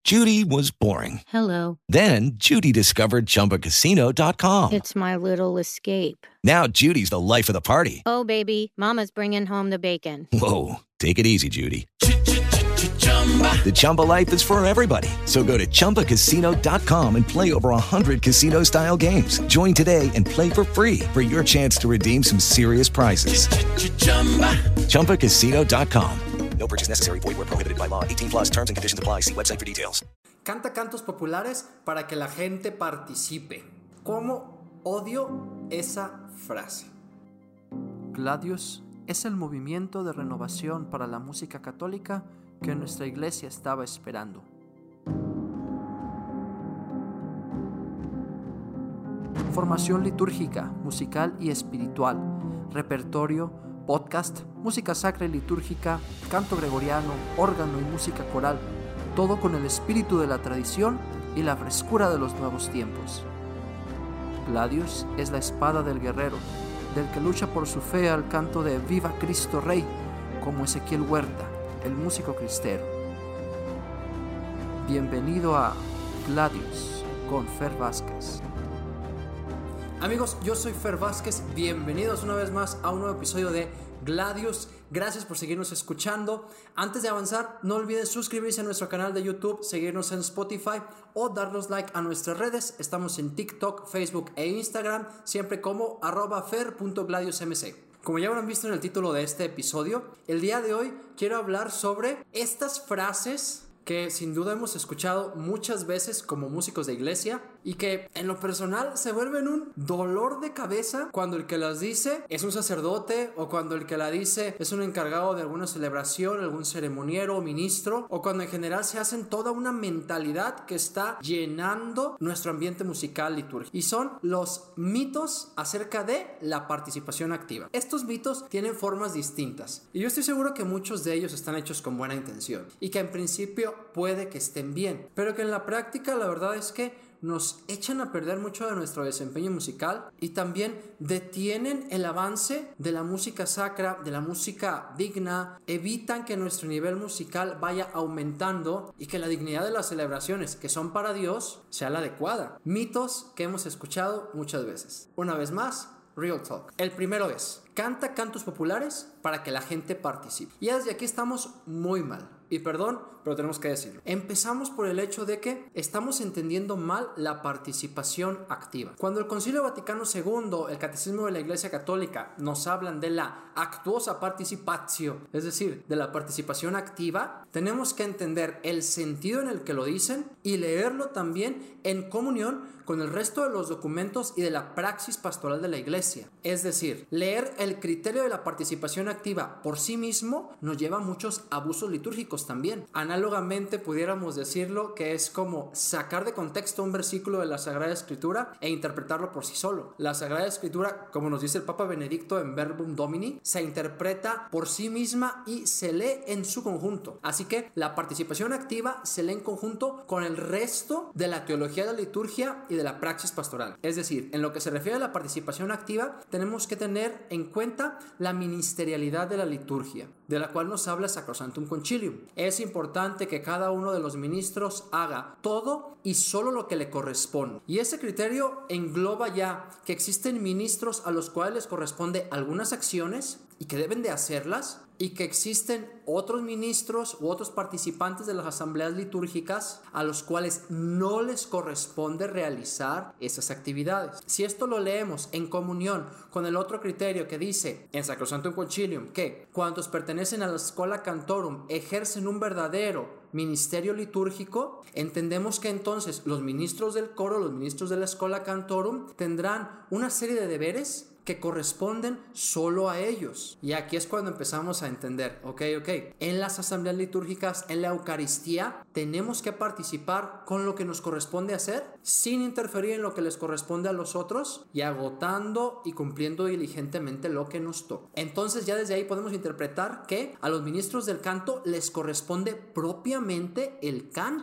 Judy was boring. Hello. Then Judy discovered ChumbaCasino.com. It's my little escape. Now Judy's the life of the party. Oh, baby, mama's bringing home the bacon. Whoa, take it easy, Judy. The Chumba life is for everybody. So go to ChumbaCasino.com and play over 100 casino-style games. Join today and play for free for your chance to redeem some serious prizes. ChumbaCasino.com. No purchase necessary. Void where prohibited by law. 18 plus terms and conditions apply. See website for details. Canta cantos populares para que la gente participe. ¿Cómo odio esa frase? Gladius es el movimiento de renovación para la música católica que nuestra iglesia estaba esperando. Formación litúrgica, musical y espiritual, repertorio, podcast, música sacra y litúrgica, canto gregoriano, órgano y música coral, todo con el espíritu de la tradición y la frescura de los nuevos tiempos. Gladius es la espada del guerrero, del que lucha por su fe al canto de Viva Cristo Rey, como Ezequiel Huerta, el músico cristero. Bienvenido a Gladius con Fer Vázquez. Amigos, yo soy Fer Vázquez, bienvenidos una vez más a un nuevo episodio de Gladius. Gracias por seguirnos escuchando. Antes de avanzar, no olviden suscribirse a nuestro canal de YouTube, seguirnos en Spotify o darnos like a nuestras redes. Estamos en TikTok, Facebook e Instagram, siempre como @fer.gladiusmc. Como ya habrán visto en el título de este episodio, el día de hoy quiero hablar sobre estas frases que sin duda hemos escuchado muchas veces como músicos de iglesia y que en lo personal se vuelven un dolor de cabeza cuando el que las dice es un sacerdote o cuando el que la dice es un encargado de alguna celebración, algún ceremoniero o ministro, o cuando en general se hacen toda una mentalidad que está llenando nuestro ambiente musical litúrgico. Y son los mitos acerca de la participación activa. Estos mitos tienen formas distintas y yo estoy seguro que muchos de ellos están hechos con buena intención y que en principio puede que estén bien, pero que en la práctica la verdad es que nos echan a perder mucho de nuestro desempeño musical y también detienen el avance de la música sacra, de la música digna, evitan que nuestro nivel musical vaya aumentando y que la dignidad de las celebraciones que son para Dios sea la adecuada. Mitos que hemos escuchado muchas veces. Una vez más, Real Talk. El primero es: canta cantos populares para que la gente participe. Y desde aquí estamos muy mal. Y perdón, pero tenemos que decirlo. Empezamos por el hecho de que estamos entendiendo mal la participación activa. Cuando el Concilio Vaticano II, el Catecismo de la Iglesia Católica, nos hablan de la actuosa participatio, es decir, de la participación activa, tenemos que entender el sentido en el que lo dicen y leerlo también en comunión con el resto de los documentos y de la praxis pastoral de la Iglesia. Es decir, leer el criterio de la participación activa por sí mismo nos lleva a muchos abusos litúrgicos también. Análogamente pudiéramos decirlo que es como sacar de contexto un versículo de la Sagrada Escritura e interpretarlo por sí solo. La Sagrada Escritura, como nos dice el Papa Benedicto en Verbum Domini, se interpreta por sí misma y se lee en su conjunto. Así que la participación activa se lee en conjunto con el resto de la teología de la liturgia y de la praxis pastoral. Es decir, en lo que se refiere a la participación activa, tenemos que tener en cuenta la ministerialidad de la liturgia, de la cual nos habla Sacrosanctum Concilium. Es importante que cada uno de los ministros haga todo y solo lo que le corresponde. Y ese criterio engloba ya que existen ministros a los cuales les corresponde algunas acciones y que deben de hacerlas, y que existen otros ministros u otros participantes de las asambleas litúrgicas a los cuales no les corresponde realizar esas actividades. Si esto lo leemos en comunión con el otro criterio que dice en Sacrosanctum Concilium que cuantos pertenecen a la Schola Cantorum ejercen un verdadero ministerio litúrgico, entendemos que entonces los ministros del coro, los ministros de la Schola Cantorum tendrán una serie de deberes que corresponden solo a ellos. Y aquí es cuando empezamos a entender, ok, en las asambleas litúrgicas, en la Eucaristía, tenemos que participar con lo que nos corresponde hacer, sin interferir en lo que les corresponde a los otros y agotando y cumpliendo diligentemente lo que nos toca. Entonces ya desde ahí podemos interpretar que a los ministros del canto les corresponde propiamente el canto.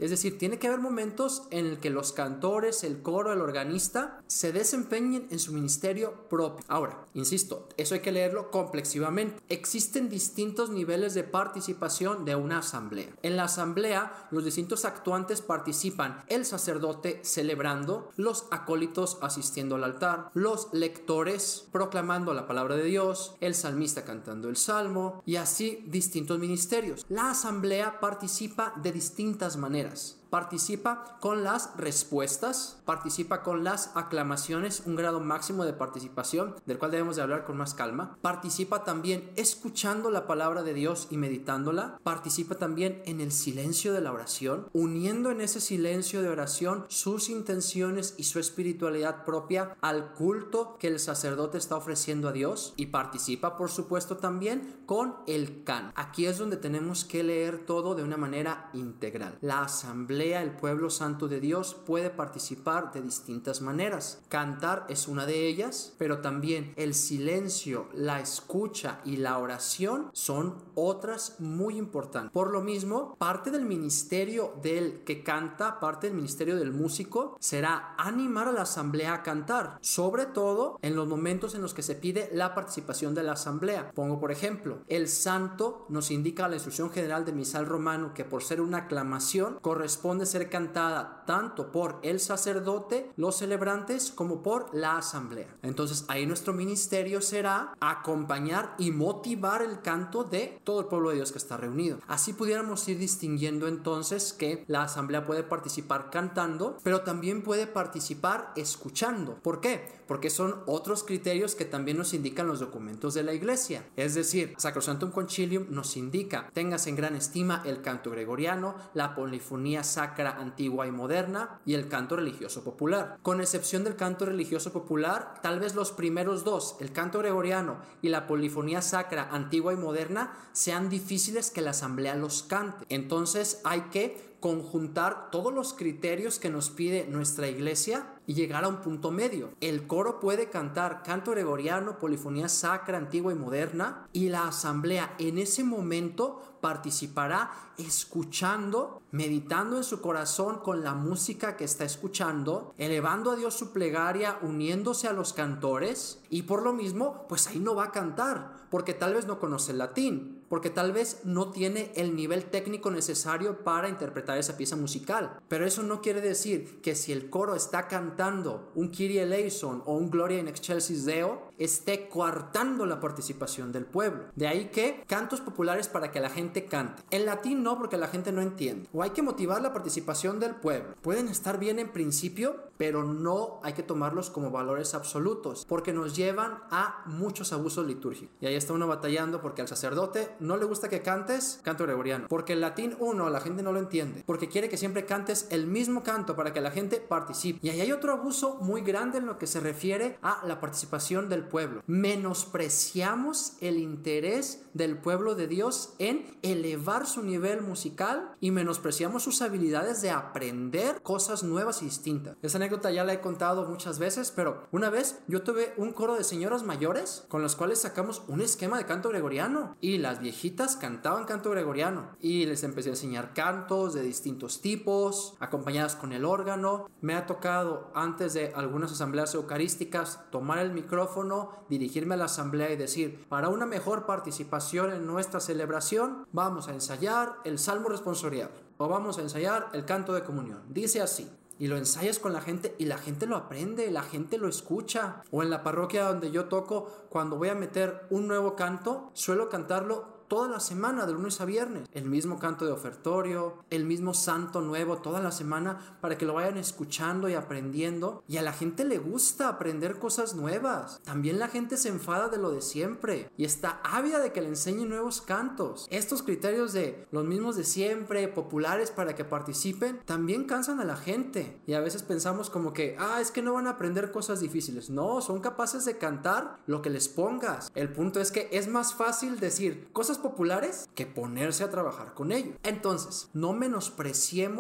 Es decir, tiene que haber momentos en el que los cantores, el coro, el organista se desempeñen en su ministerio propio. Ahora, insisto, eso hay que leerlo complexivamente. Existen distintos niveles de participación de una asamblea. En la asamblea, los distintos actuantes participan: el sacerdote celebrando, los acólitos asistiendo al altar, los lectores proclamando la palabra de Dios, el salmista cantando el salmo, y así distintos ministerios. La asamblea participa de distintas maneras. Participa con las respuestas, participa con las aclamaciones, un grado máximo de participación del cual debemos de hablar con más calma. Participa también escuchando la palabra de Dios y meditándola. Participa también en el silencio de la oración, uniendo en ese silencio de oración sus intenciones y su espiritualidad propia al culto que el sacerdote está ofreciendo a Dios. Y participa, por supuesto, también con el canto. Aquí es donde tenemos que leer todo de una manera integral. La asamblea, el pueblo santo de Dios, puede participar de distintas maneras. Cantar es una de ellas, pero también el silencio, la escucha y la oración son otras muy importantes. Por lo mismo, parte del ministerio del que canta, parte del ministerio del músico, será animar a la asamblea a cantar, sobre todo en los momentos en los que se pide la participación de la asamblea. Pongo por ejemplo, el santo nos indica la instrucción general del misal romano que por ser una aclamación corresponde ser cantada tanto por el sacerdote, los celebrantes, como por la asamblea. Entonces ahí nuestro ministerio será acompañar y motivar el canto de todo el pueblo de Dios que está reunido. Así pudiéramos ir distinguiendo entonces que la asamblea puede participar cantando, pero también puede participar escuchando. ¿Por qué? Porque son otros criterios que también nos indican los documentos de la iglesia. Es decir, Sacrosanctum Concilium nos indica: tengas en gran estima el canto gregoriano, la polifonía sacra antigua y moderna y el canto religioso popular. Con excepción del canto religioso popular, tal vez los primeros dos, el canto gregoriano y la polifonía sacra antigua y moderna, sean difíciles que la asamblea los cante. Entonces hay que conjuntar todos los criterios que nos pide nuestra iglesia y llegar a un punto medio. El coro puede cantar canto gregoriano, polifonía sacra, antigua y moderna, y la asamblea en ese momento participará escuchando, meditando en su corazón con la música que está escuchando, elevando a Dios su plegaria, uniéndose a los cantores, y por lo mismo, pues ahí no va a cantar, porque tal vez no conoce el latín, porque tal vez no tiene el nivel técnico necesario para interpretar esa pieza musical. Pero eso no quiere decir que si el coro está cantando un Kyrie eleison o un Gloria in excelsis Deo, esté coartando la participación del pueblo. De ahí que cantos populares para que la gente cante. En latín no, porque la gente no entiende. O hay que motivar la participación del pueblo. Pueden estar bien en principio, pero no hay que tomarlos como valores absolutos, porque nos llevan a muchos abusos litúrgicos. Y ahí está uno batallando porque al sacerdote no le gusta que cantes canto gregoriano, porque el latín la gente no lo entiende, porque quiere que siempre cantes el mismo canto para que la gente participe. Y ahí hay otro abuso muy grande en lo que se refiere a la participación del pueblo. Menospreciamos el interés del pueblo de Dios en elevar su nivel musical y menospreciamos sus habilidades de aprender cosas nuevas y distintas. Esa anécdota ya la he contado muchas veces, pero una vez yo tuve un coro de señoras mayores con las cuales sacamos un esquema de canto gregoriano y las viejitas cantaban canto gregoriano y les empecé a enseñar cantos de distintos tipos acompañadas con el órgano. Me ha tocado antes de algunas asambleas eucarísticas tomar el micrófono, dirigirme a la asamblea y decir: para una mejor participación en nuestra celebración vamos a ensayar el salmo responsorial o vamos a ensayar el canto de comunión. Dice así. Y lo ensayas con la gente y la gente lo aprende, la gente lo escucha. O en la parroquia donde yo toco, cuando voy a meter un nuevo canto, suelo cantarlo toda la semana, de lunes a viernes. El mismo canto de ofertorio, el mismo santo nuevo toda la semana, para que lo vayan escuchando y aprendiendo. Y a la gente le gusta aprender cosas nuevas. También la gente se enfada de lo de siempre y está ávida de que le enseñen nuevos cantos. Estos criterios de los mismos de siempre, populares para que participen, también cansan a la gente. Y a veces pensamos como que, es que no van a aprender cosas difíciles. No, son capaces de cantar lo que les pongas. El punto es que es más fácil decir cosas populares que ponerse a trabajar con ello. Entonces, no menospreciemos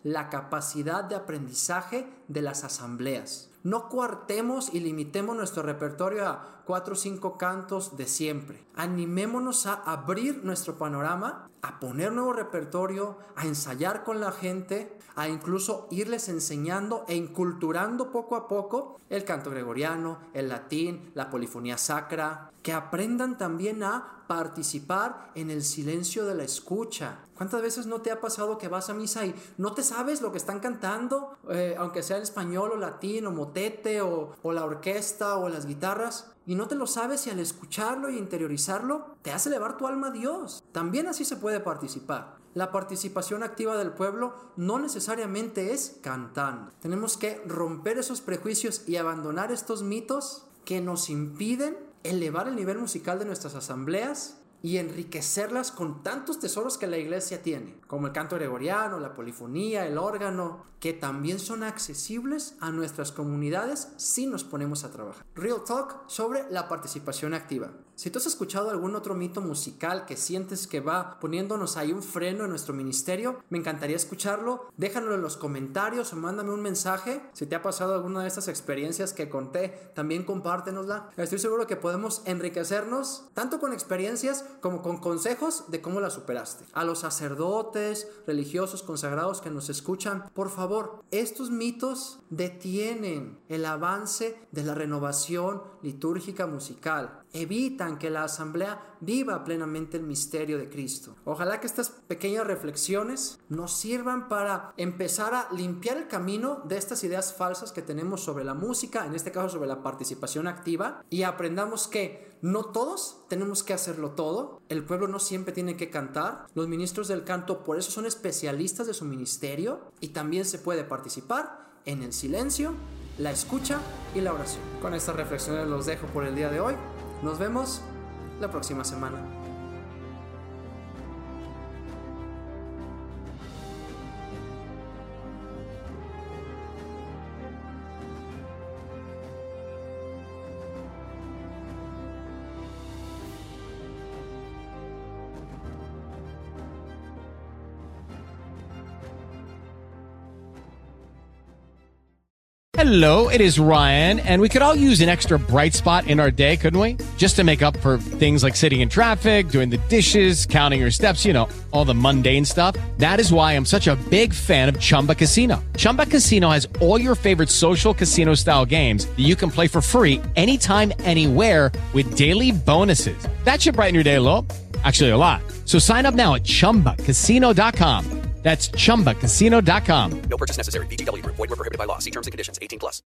la capacidad de aprendizaje de las asambleas. No coartemos y limitemos nuestro repertorio a 4 o 5 cantos de siempre. Animémonos a abrir nuestro panorama, a poner nuevo repertorio, a ensayar con la gente, a incluso irles enseñando e inculturando poco a poco el canto gregoriano, el latín, la polifonía sacra, que aprendan también a participar en el silencio de la escucha. ¿Cuántas veces no te ha pasado que vas a misa y no te sabes lo que están cantando? Aunque sea en español o latín o motete o la orquesta o las guitarras, y no te lo sabes, y al escucharlo y interiorizarlo te hace elevar tu alma a Dios. También así se puede participar. La participación activa del pueblo no necesariamente es cantando. Tenemos que romper esos prejuicios y abandonar estos mitos que nos impiden elevar el nivel musical de nuestras asambleas y enriquecerlas con tantos tesoros que la iglesia tiene, como el canto gregoriano, la polifonía, el órgano, que también son accesibles a nuestras comunidades si nos ponemos a trabajar. Real Talk sobre la participación activa. Si tú has escuchado algún otro mito musical que sientes que va poniéndonos ahí un freno en nuestro ministerio, me encantaría escucharlo. Déjanoslo en los comentarios o mándame un mensaje. Si te ha pasado alguna de estas experiencias que conté, también compártenosla. Estoy seguro que podemos enriquecernos tanto con experiencias como con consejos de cómo la superaste. A los sacerdotes, religiosos, consagrados que nos escuchan, por favor, estos mitos detienen el avance de la renovación litúrgica musical. Evitan que la asamblea viva plenamente el misterio de Cristo. Ojalá que estas pequeñas reflexiones nos sirvan para empezar a limpiar el camino de estas ideas falsas que tenemos sobre la música, en este caso sobre la participación activa, y aprendamos que no todos tenemos que hacerlo todo. El pueblo no siempre tiene que cantar. Los ministros del canto por eso son especialistas de su ministerio, y también se puede participar en el silencio, la escucha y la oración. Con estas reflexiones los dejo por el día de hoy. Nos vemos la próxima semana. Hello, it is Ryan, and we could all use an extra bright spot in our day, couldn't we? Just to make up for things like sitting in traffic, doing the dishes, counting your steps, you know, all the mundane stuff. That is why I'm such a big fan of Chumba Casino. Chumba Casino has all your favorite social casino-style games that you can play for free anytime, anywhere with daily bonuses. That should brighten your day a little. Actually, a lot. So sign up now at ChumbaCasino.com. That's ChumbaCasino.com. No purchase necessary. VGW Group. Void where prohibited by law. See terms and conditions. 18+.